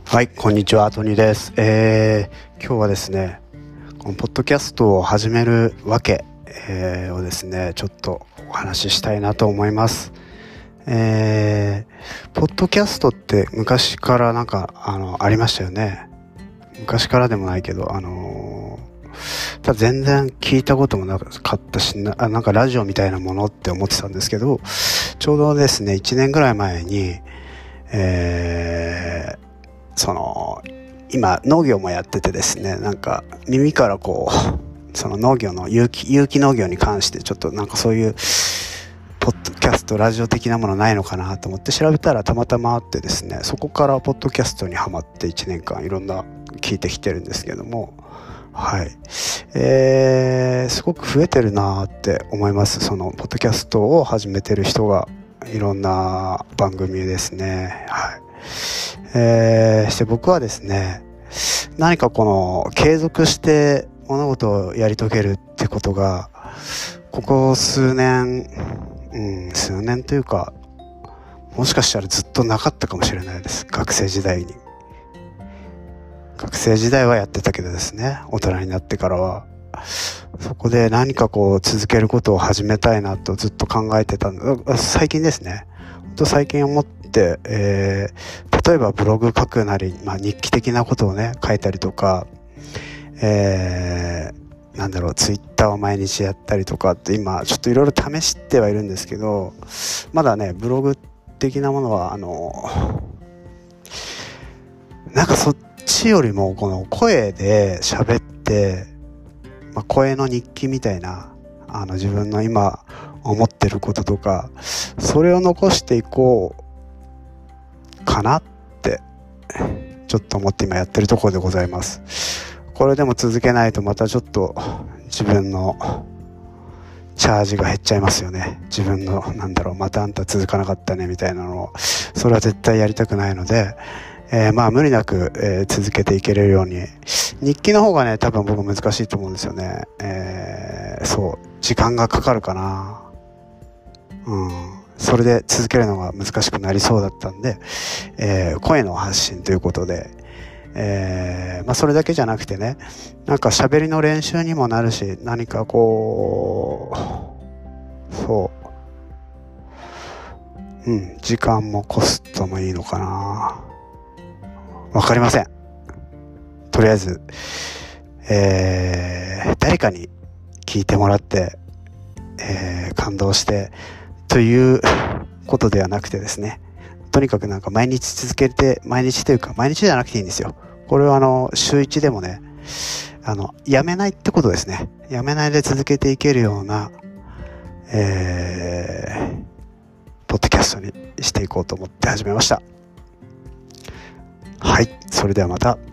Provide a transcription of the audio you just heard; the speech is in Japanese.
はい、こんにちは、トニーです。今日はですね、このポッドキャストを始めるわけ、をですね、ちょっとお話ししたいなと思います。ポッドキャストって昔からありましたよね。昔からでもないけど、ただ全然聞いたこともなかったし、なんかラジオみたいなものって思ってたんですけど、ちょうどですね、1年ぐらい前に、今農業もやっててですね、なんか耳からその農業の有機農業に関してちょっとそういうポッドキャストラジオ的なものないのかなと思って調べたらたまたまあってですね、そこからポッドキャストにハマって1年間いろんな聞いてきてるんですけども、はい、すごく増えてるなって思います。そのポッドキャストを始めてる人がいろんな番組ですね。はい。して僕はですね、何か継続して物事をやり遂げるってことがここ数年というか、もしかしたらずっとなかったかもしれないです。学生時代はやってたけどですね、大人になってからはそこで何か続けることを始めたいなとずっと考えてた最近ですね。最近思って、例えばブログ書くなり、日記的なことをね書いたりとか、ツイッターを毎日やったりとかって今ちょっといろいろ試してはいるんですけど、まだねブログ的なものはそっちよりもこの声で喋って、声の日記みたいな自分の今思ってることとか、それを残していこうかなってちょっと思って今やってるところでございます。これでも続けないとまたちょっと自分のチャージが減っちゃいますよね。自分のまたあんた続かなかったねみたいなのを、それは絶対やりたくないので、無理なく、続けていけれるように。日記の方がね多分僕難しいと思うんですよね。時間がかかるかな。それで続けるのが難しくなりそうだったんで、声の発信ということで、それだけじゃなくてね、喋りの練習にもなるし、時間もコストもいいのかな。わかりません。とりあえず、誰かに聞いてもらって、感動してということではなくてですね、とにかく毎日続けて、毎日じゃなくていいんですよ。これは週1でもね、やめないってことですね。やめないで続けていけるような、ポッドキャストにしていこうと思って始めました。はい、それではまた。